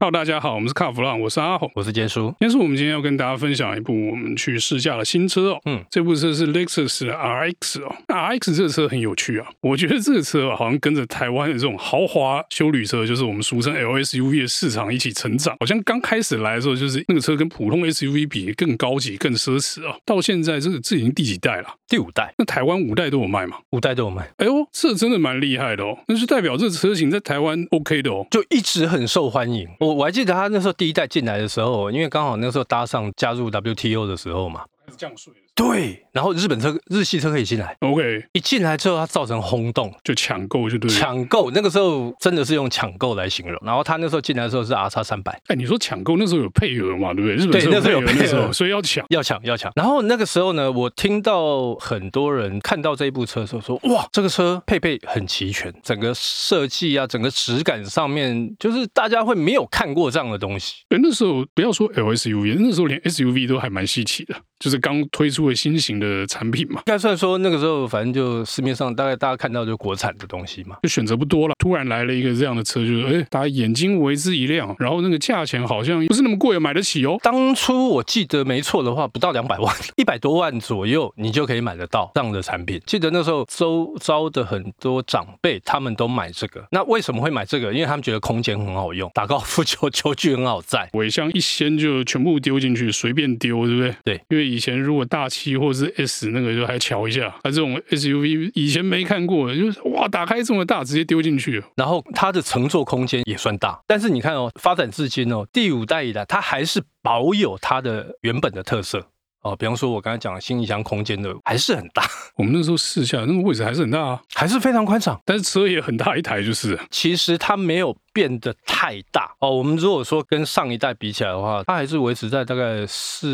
Hello， 大家好，我们是卡弗朗，我是阿红， 我是坚叔。 坚叔，我们今天要跟大家分享一部我们去试驾的新车哦。这部车是 Lexus 的 RX 哦。那 RX 这个车很有趣啊，我觉得这个车好像跟着台湾的这种豪华休旅车，就是我们俗称 LSUV 的市场一起成长。好像刚开始来的时候，就是那个车跟普通 SUV 比更高级、更奢侈啊。到现在这已经第几代了？ 第5代。 那台湾5代都有卖吗 ？5代都有卖。 哎呦，这真的蛮厉害的哦。那就代表这车型在台湾 OK 的哦， 就一直很受欢迎。我还记得他那时候第1代进来的时候，因为刚好那时候搭上加入 WTO 的时候嘛， 开始降税了。 对，然后日系车可以进来 ，OK， 一进来之后它造成轰动， 就抢购就对了。 抢购那个时候真的是用抢购来形容。然后他那时候进来的时候是 RX300， 哎，你说抢购那时候有配额嘛，对不对？日本车有配额，所以要抢。 然后那个时候呢，我听到很多人看到这一部车的时候说，哇，这个车配备很齐全，整个设计啊，整个质感上面，就是大家会没有看过这样的东西。 那时候不要说 LSUV， 那时候连 SUV 都还蛮稀奇的，就是刚推出的新型的产品嘛。 应该算说那个时候，反正就市面上大概大家看到就国产的东西嘛， 就选择不多了。突然来了一个这样的车，就是大家眼睛为之一亮，然后那个价钱好像不是那么贵，买得起哦。 当初我记得没错的话，不到200万，100多万左右，你就可以买得到这样的产品。记得那时候周遭的很多长辈他们都买这个，那为什么会买这个？因为他们觉得空间很好用，打高尔夫球球具很好载， 尾箱一掀就全部丢进去，随便丢，对不对？ 对， 因为以前如果大7或是 S 那个就还瞧一下，这种 SUV 以前没看过，就是哇，打开这么大直接丢进去， 然后它的乘坐空间也算大。但是你看哦，发展至今哦，第5代以来，它还是保有它的原本的特色。比方说我刚才讲的行李箱空间的还是很大， 我们那时候试下那个位置还是很大啊， 还是非常宽敞， 但是车也很大一台，就是其实它没有变得太大哦。我们如果说跟上一代比起来的话，它还是维持在大概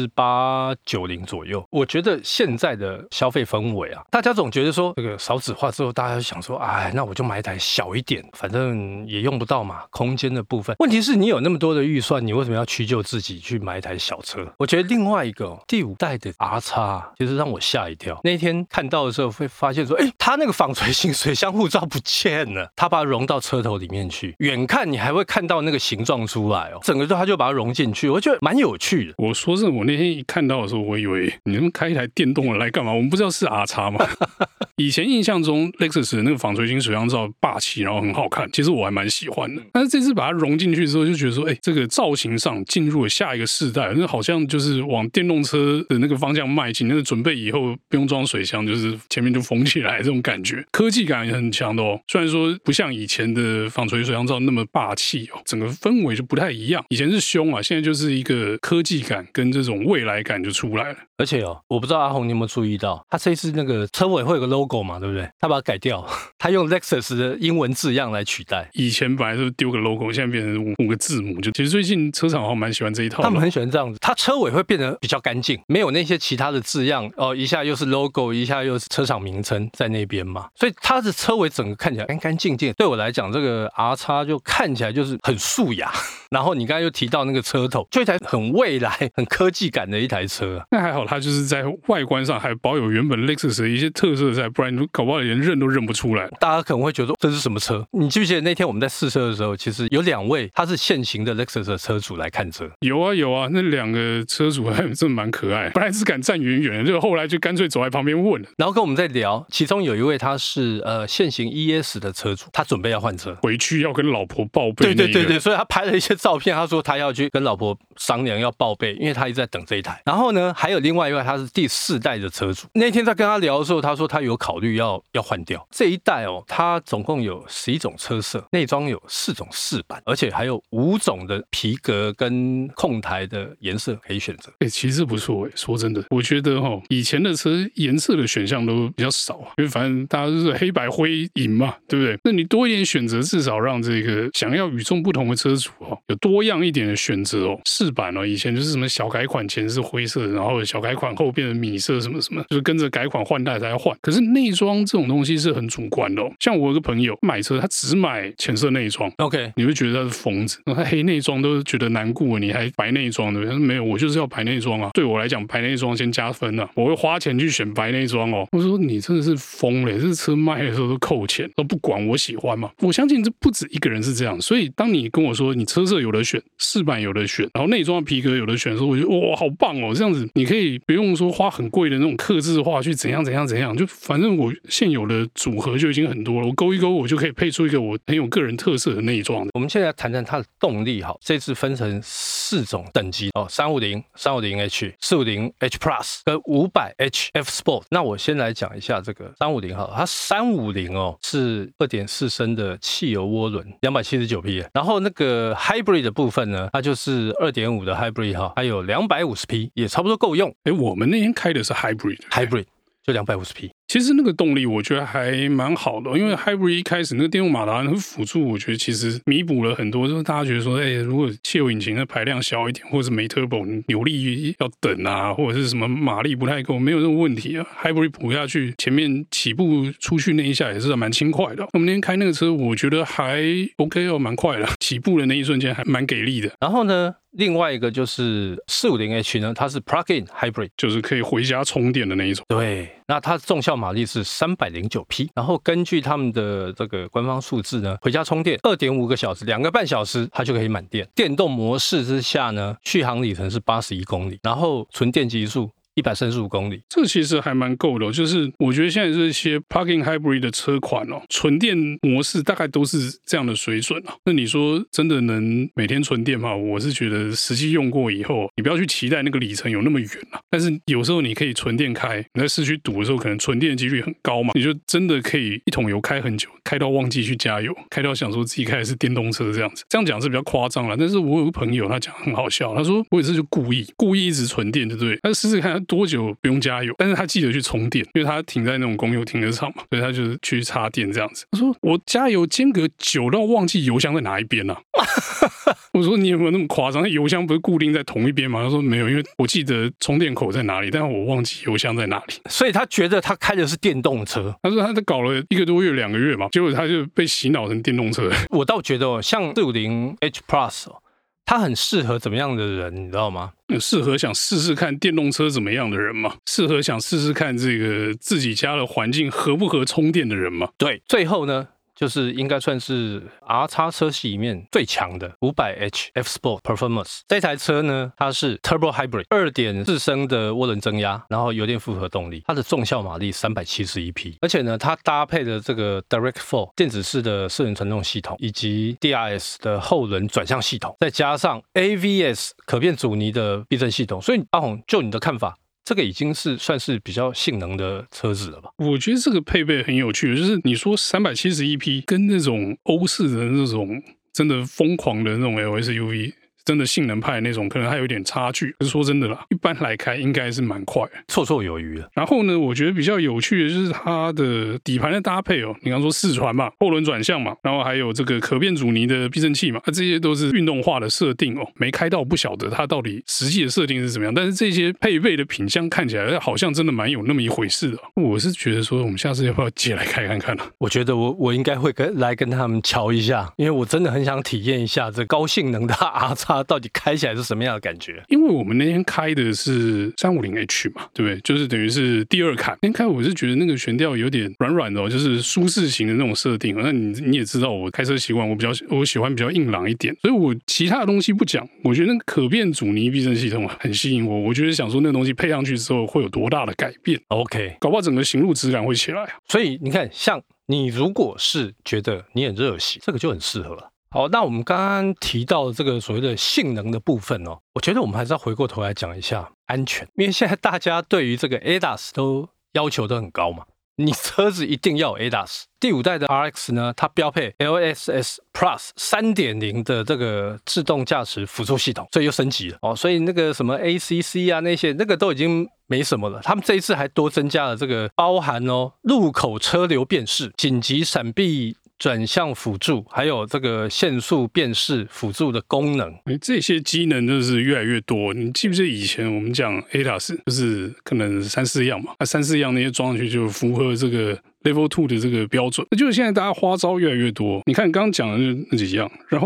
4890左右。我觉得现在的消费氛围啊，大家总觉得说这个少子化之后，大家就想说，哎，那我就买一台小一点，反正也用不到嘛，空间的部分。问题是你有那么多的预算，你为什么要屈就自己去买一台小车？我觉得另外一个第5代的 RX 其实让我吓一跳。那一天看到的时候会发现说，哎，它那个纺锤型水箱护罩不见了，它把它融到车头里面去，远看你还会看到那个形状出来哦，整个它就把它融进去，我觉得蛮有趣的。 我说是我那天一看到的时候，我以为你们开一台电动的来干嘛？我们不知道是 RX 吗？以前印象中 Lexus 的那个纺锤型水箱罩霸气，然后很好看，其实我还蛮喜欢的。但是这次把它融进去之后，就觉得说，哎，这个造型上进入了下一个世代，那好像就是往电动车的那个方向迈进，那个准备以后不用装水箱，就是前面就封起来这种感觉，科技感也很强的哦。虽然说不像以前的纺锤水箱罩那么霸气哦，整个氛围就不太一样。以前是凶啊，现在就是一个科技感跟这种未来感就出来了。 而且哦，我不知道阿红你有没有注意到，他这次那个车尾会有个 logo 嘛，对不对？他把它改掉，他用 Lexus 的英文字样来取代。 以前本来是丢个 logo， 现在变成5个字母。就其实最近车厂好像蛮喜欢这一套的， 他们很喜欢这样子。它车尾会变得比较干净，没有那些其他的字样哦，一下又是 logo， 一下又是车厂名称在那边嘛，所以它的车尾整个看起来干干净净。对我来讲，这个 RX 就看起来就是很素雅。然后你刚才又提到那个车头，就一台很未来、很科技感的一台车。 那还好，它就是在外观上还保有原本 Lexus 的一些特色在，不然搞不好连认都认不出来。 大家可能会觉得这是什么车？你记不记得那天我们在试车的时候，其实有2位他是现行的 Lexus 的车主来看车。 有啊，那2个车主还真的蛮可爱，本来只敢站远远的，就后来就干脆走在旁边问了。 然后跟我们在聊，其中有一位他是现行 ES 的车主，他准备要换车， 回去要跟老婆报备。 对，所以他拍了一些照片，他说他要去跟老婆商量要报备，因为他一直在等这一台。然后呢，还有另外一位他是第4代的车主，那天在跟他聊的时候，他说他有考虑要换掉这一代哦。他总共有11种车色，内装有4种饰板，而且还有5种的皮革跟控台的颜色可以选择。 其实不错说真的，我觉得以前的车颜色的选项都比较少啊，因为反正大家都是黑白灰银嘛，对不对？那你多一点选择，至少让这个想要与众不同的车主有多样一点的选择哦。饰板以前就是什么小改款前是灰色的，然后小改款后变成米色什么什么，就是跟着改款换代才换。可是内装这种东西是很主观的哦。像我有个朋友买车，他只买浅色内装 ，OK， 你会觉得他是疯子，他黑内装都觉得难过，你还白内装的？他说没有，我就是要白内装啊。对我来讲，白内装先加分啊，我会花钱去选白内装哦。我说你真的是疯了，这车卖的时候都扣钱，都不管我喜欢嘛。我相信这不止一个人是这样。所以当你跟我说你车色有的选，饰板有的选，然后内装皮革有的选的时候，我觉得哇，好棒哦！这样子你可以不用说花很贵的那种客制化去怎样，就反正我现有的组合就已经很多了，我勾一勾，我就可以配出一个我很有个人特色的内装。 我们现在谈谈它的动力好，这次分成4种等级哦，350、350H、450H Plus 跟500H F Sport。那我先来讲一下这个350好了，它350哦是2.4升的汽油涡轮，279匹，然后那个 Hybrid 的部分呢，它就是2.5的 Hybrid 哈，还有250匹，也差不多够用。 我们那天开的是 Hybrid 就250匹。 其实那个动力我觉得还蛮好的，因为 Hybrid 一开始那个电动马达和辅助，我觉得其实弥补了很多，就是大家觉得说，如果汽油引擎的排量小一点，或者是没 turbo 扭力要等啊，或者是什么马力不太够，没有这种问题啊。Hybrid 补下去，前面起步出去那一下也是蛮轻快的。我们那天开那个车，我觉得还 OK 哦，蛮快的，起步的那一瞬间还蛮给力的。 然后呢，另外一个就是450H 呢，它是 Plug-in Hybrid， 就是可以回家充电的那一种。 对，那它的重效马力是309匹，然后根据他们的这个官方数字呢，回家充电2.5个小时，2个半小时它就可以满电。电动模式之下呢，续航里程是81公里，然后纯电极速135公里， 这其实还蛮够的哦。就是我觉得现在这些 plug-in hybrid 的车款哦，纯电模式大概都是这样的水准啊。那你说真的能每天纯电吗？我是觉得实际用过以后，你不要去期待那个里程有那么远啊。但是有时候你可以纯电开，你在市区堵的时候，可能纯电的几率很高嘛，你就真的可以一桶油开很久，开到忘记去加油，开到想说自己开的是电动车这样子。这样讲是比较夸张了，但是我有个朋友他讲很好笑，他说我也是就故意一直纯电，对不对？他试试看他多久不用加油，但是他记得去充电，因为他停在那种公有停车场嘛，所以他就是去插电这样子。他说我加油间隔久到忘记油箱在哪一边啊。我说你有没有那么夸张？油箱不是固定在同一边吗？他说没有，因为我记得充电口在哪里，但是我忘记油箱在哪里。 所以他觉得他开的是电动车。 他说他搞了1个多月、2个月嘛，结果他就被洗脑成电动车。 我倒觉得哦，像450H Plus 哦，它很适合怎么样的人，你知道吗？ 适合想试试看电动车怎么样的人嘛？适合想试试看这个自己家的环境合不合充电的人嘛？ 对，最后呢，就是应该算是 R 车系里面最强的 500H F Sport Performance。这台车呢，它是 Turbo Hybrid 2.4升的涡轮增压，然后油电复合动力，它的重效马力371匹，而且呢，它搭配的这个 Direct 4电子式的4轮传动系统，以及 DRS 的后轮转向系统，再加上 AVS 可变阻尼的避震系统，所以阿宏，就你的看法，这个已经是算是比较性能的车子了吧？ 我觉得这个配备很有趣，就是你说371匹跟那种欧式的那种真的疯狂的那种 LSUV， 真的性能派那种可能还有点差距。可是说真的啦，一般来开应该是蛮快的， 绰绰有余了。 然后呢，我觉得比较有趣的就是它的底盘的搭配哦，你刚说4传嘛，后轮转向嘛，然后还有这个可变阻尼的避震器嘛，这些都是运动化的设定哦。没开到不晓得它到底实际的设定是怎么样，但是这些配备的品相看起来好像真的蛮有那么一回事的。我是觉得说，我们下次要不要借来开看看呢？ 我觉得我应该会来跟他们瞧一下，因为我真的很想体验一下这高性能的 R 叉到底开起来是什么样的感觉。 因为我们那天开的是350H 嘛，对不对？就是等于是第2坎。那天开我是觉得那个悬吊有点软软的哦，就是舒适型的那种设定。那你也知道我开车习惯，我喜欢比较硬朗一点，所以我其他的东西不讲，我觉得那个可变阻尼避震系统很吸引我。我觉得想说那个东西配上去之后会有多大的改变 ？OK， 搞不好整个行路质感会起来。 所以你看，像你如果是觉得你很热血，这个就很适合了。好，那我们刚刚提到这个所谓的性能的部分哦，我觉得我们还是要回过头来讲一下安全，因为现在大家对于这个 ADAS 都要求都很高嘛，你车子一定要有 ADAS。第5代的 RX 呢，它标配 LSS Plus 3.0 的这个自动驾驶辅助系统，所以又升级了哦，所以那个什么 ACC 啊那些那个都已经没什么了，他们这一次还多增加了这个包含路口车流辨识、紧急闪避转向辅助，还有这个限速辨识辅助的功能。 这些机能就是越来越多。你记不记得以前我们讲 ADAS 就是可能3-4样嘛，3-4样那些装上去就符合这个Level 2的这个标准。那就是现在大家花招越来越多。你看刚刚讲的那几样，然后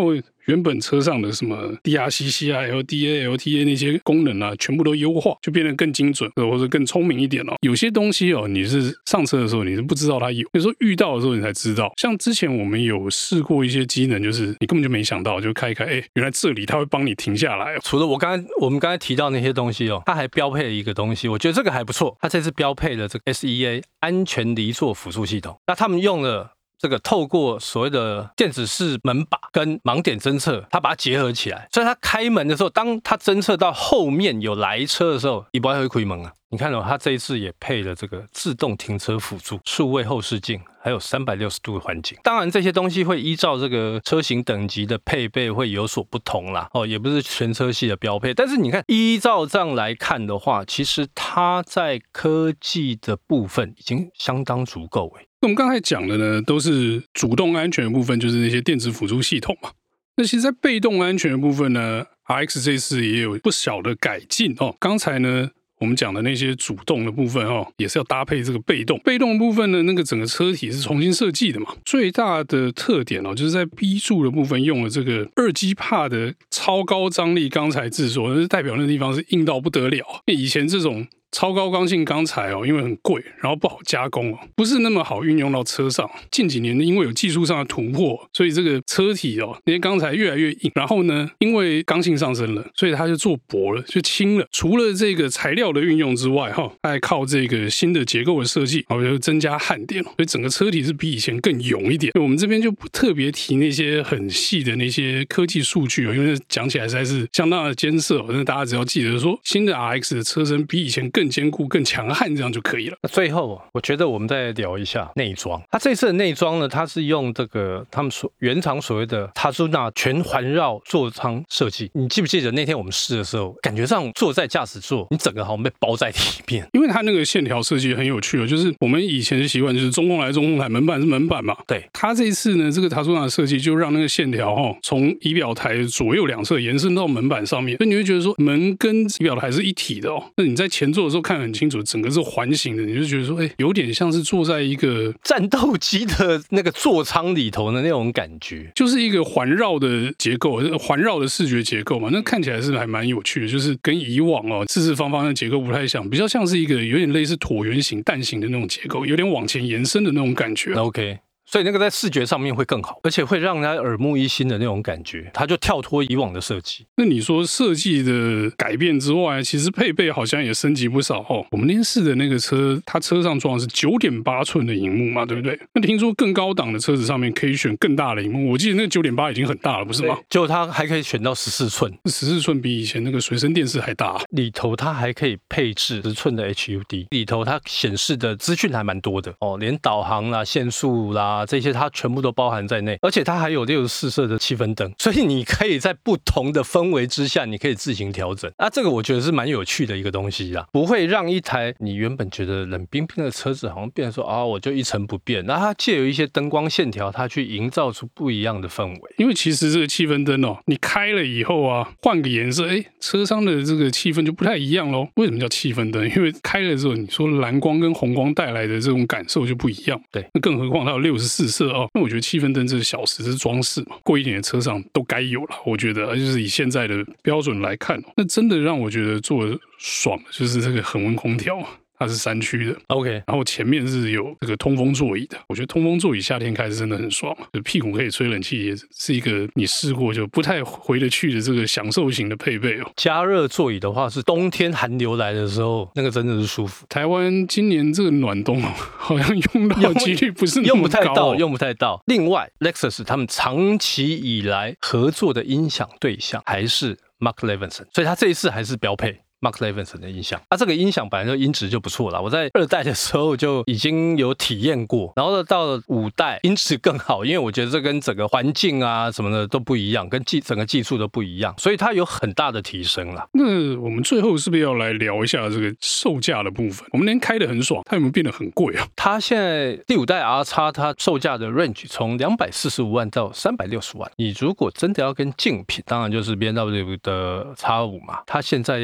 原本车上的什么 DRCC 啊、LDA、LTA 那些功能啊，全部都优化，就变得更精准或者更聪明一点哦。有些东西哦，你是上车的时候你是不知道它有，有时候遇到的时候你才知道。像之前我们有试过一些机能，就是你根本就没想到，就开一开，原来这里它会帮你停下来哦。 除了我们刚才提到那些东西哦，它还标配了一个东西，我觉得这个还不错。它这次标配了这个 SEA 安全离座辅助系统，那他们用了这个透过所谓的电子式门把跟盲点侦测，它把它结合起来，所以它开门的时候，当它侦测到后面有来车的时候，你不会开门啊。你看它这一次也配了这个自动停车辅助、数位后视镜，还有360度的环景。当然这些东西会依照这个车型等级的配备会有所不同啦，也不是全车系的标配。但是你看，依照这样来看的话，其实它在科技的部分已经相当足够我们刚才讲的呢，都是主动安全的部分，就是那些电子辅助系统嘛。那其实在被动安全的部分呢 ，RX 这次也有不小的改进哦。刚才呢，我们讲的那些主动的部分也是要搭配这个被动。被动的部分呢，那个整个车体是重新设计的嘛。最大的特点就是在 B 柱的部分用了这个2G 帕的超高张力钢材制作，那是代表那地方是硬到不得了。以前这种超高刚性钢材因为很贵，然后不好加工不是那么好运用到车上。近几年因为有技术上的突破，所以这个车体那些钢材越来越硬。然后呢，因为刚性上升了，所以它就做薄了，就轻了。除了这个材料的运用之外它还靠这个新的结构的设计，就增加焊点，所以整个车体是比以前更勇一点。我们这边就不特别提那些很细的那些科技数据因为讲起来实在是相当的艰涩。但是大家只要记得说，新的 RX 的车身比以前更坚固、更强悍，这样就可以了。 那最后，我觉得我们再聊一下内装。它这次的内装呢，它是用这个他们原厂所谓的 Tazuna 全环绕座舱设计。你记不记得那天我们试的时候，感觉上坐在驾驶座，你整个好像被包在里面。 因为它那个线条设计很有趣就是我们以前的习惯就是中控来中控台，门板是门板嘛。 对， 它这一次呢，这个 Tazuna 的设计就让那个线条从仪表台左右两侧延伸到门板上面，所以你会觉得说门跟仪表台是一体的那你在前座的时候看很清楚，整个是环形的，你就觉得说，有点像是坐在一个战斗机的那个座舱里头的那种感觉， 就是一个环绕的结构，环绕的视觉结构嘛。那看起来是还蛮有趣的，就是跟以往四四方方的结构不太像，比较像是一个有点类似椭圆形、蛋形的那种结构，有点往前延伸的那种感觉。 OK。所以那个在视觉上面会更好，而且会让人家耳目一新的那种感觉，它就跳脱以往的设计。 那你说设计的改变之外，其实配备好像也升级不少我们那天试的那个车，它车上装的是 9.8 寸的萤幕嘛，对不对？那听说更高档的车子上面可以选更大的萤幕，我记得那个 9.8 已经很大了，不是吗？ 结果它还可以选到14寸 ，14寸比以前那个随身电视还大里头它还可以配置10寸的 HUD， 里头它显示的资讯还蛮多的连导航啦、限速啦这些它全部都包含在内，而且它还有64色的气氛灯，所以你可以在不同的氛围之下，你可以自行调整。这个我觉得是蛮有趣的一个东西啦，不会让一台你原本觉得冷冰冰的车子好像变成说我就一成不变，那它借由一些灯光线条，它去营造出不一样的氛围。 因为其实这个气氛灯你开了以后换个颜色，车上的这个气氛就不太一样咯。为什么叫气氛灯？因为开了之后，你说蓝光跟红光带来的这种感受就不一样。 对， 那更何况它有64色那我觉得气氛灯这个小时是装饰嘛，贵一点的车上都该有了。我觉得就是以现在的标准来看那真的让我觉得坐爽的就是这个恒温空调。它是3区的 ，OK， 然后前面是有这个通风座椅的。我觉得通风座椅夏天开始真的很爽就屁股可以吹冷气，也是一个你试过就不太回得去的这个享受型的配备加热座椅的话，是冬天寒流来的时候，那个真的是舒服。 台湾今年这个暖冬好像用到几率不是那么高用不太到。另外 ，Lexus 他们长期以来合作的音响对象还是 Mark Levinson， 所以他这一次还是标配Mark Levinson 的音响这个音响本来就音质就不错了，我在2代的时候就已经有体验过，然后到了5代音质更好，因为我觉得这跟整个环境什么的都不一样，跟整个技术都不一样，所以它有很大的提升啦。 那我们最后是不是要来聊一下这个售价的部分？我们那天开得很爽，它有没有变得很贵它现在第5代 RX 它售价的 range 从245万到360万，你如果真的要跟竞品，当然就是 BMW 的 X5 嘛，它现在要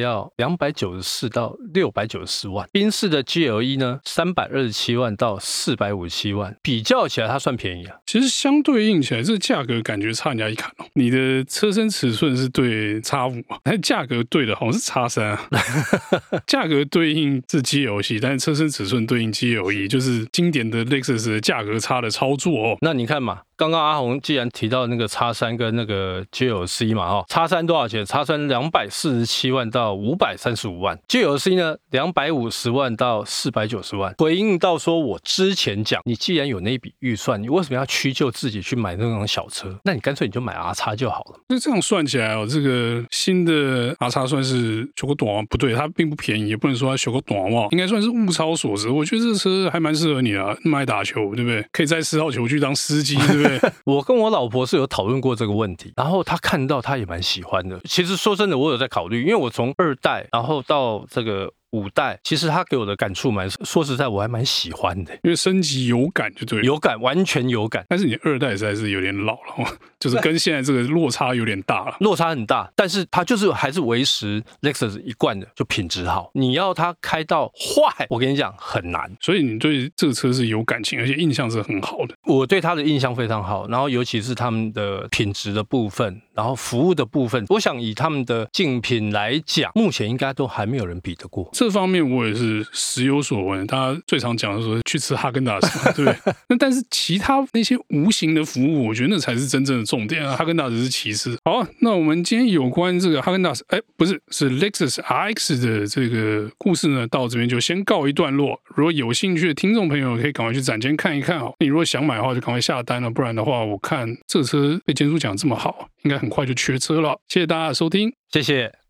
294到694万，宾士的 GLE 呢327万到457万，比较起来它算便宜啊。 其实相对应起来，这个价格感觉差人家一坎哦。你的车身尺寸是对 X5 啊，但是价格对的好像是 X3 啊。价格对应是 GLC， 但是车身尺寸对应 GLE， 就是经典的 Lexus 的价格差的操作哦。 那你看嘛，刚刚阿红既然提到那个 X3 跟那个 GLC 嘛，X3 多少钱？ X3 247万到535万， GLC 呢250万到490万。回应到说我之前讲，你既然有那笔预算，你为什么要屈就自己去买那种小车？那你干脆你就买 R-X 就好了。 那这样算起来哦，这个新的 R-X 算是修个短袜，不对，它并不便宜，也不能说它修个短袜，应该算是物超所值。我觉得这车还蛮适合你啊，那么爱打球，对不对？可以在10号球区当司机，对不对？ 我跟我老婆是有讨论过这个问题，然后她看到她也蛮喜欢的。其实说真的，我有在考虑，因为我从2代然后到这个5代，其实他给我的感触说实在我还蛮喜欢的， 因为升级有感就对了， 有感，完全有感。 但是你2代实在是有点老了，就是跟现在这个落差有点大了， 落差很大。但是它就是还是维持 Lexus 一贯的，就品质好。你要它开到坏，我跟你讲很难。 所以你对这个车是有感情，而且印象是很好的。 我对它的印象非常好，然后尤其是他们的品质的部分，然后服务的部分，我想以他们的竞品来讲，目前应该都还没有人比得过。 这方面我也是时有所闻，大家最常讲的说去吃哈根达斯嘛，对不对？那但是其他那些无形的服务，我觉得那才是真正的重点啊，哈根达斯是其次。好，那我们今天有关这个哈根达斯，不是，是 Lexus RX 的这个故事呢，到这边就先告一段落。如果有兴趣的听众朋友，可以赶快去展间看一看哦。你如果想买的话，就赶快下单了，不然的话，我看这车被监督讲这么好，应该很快就缺车了。谢谢大家的收听， 谢谢。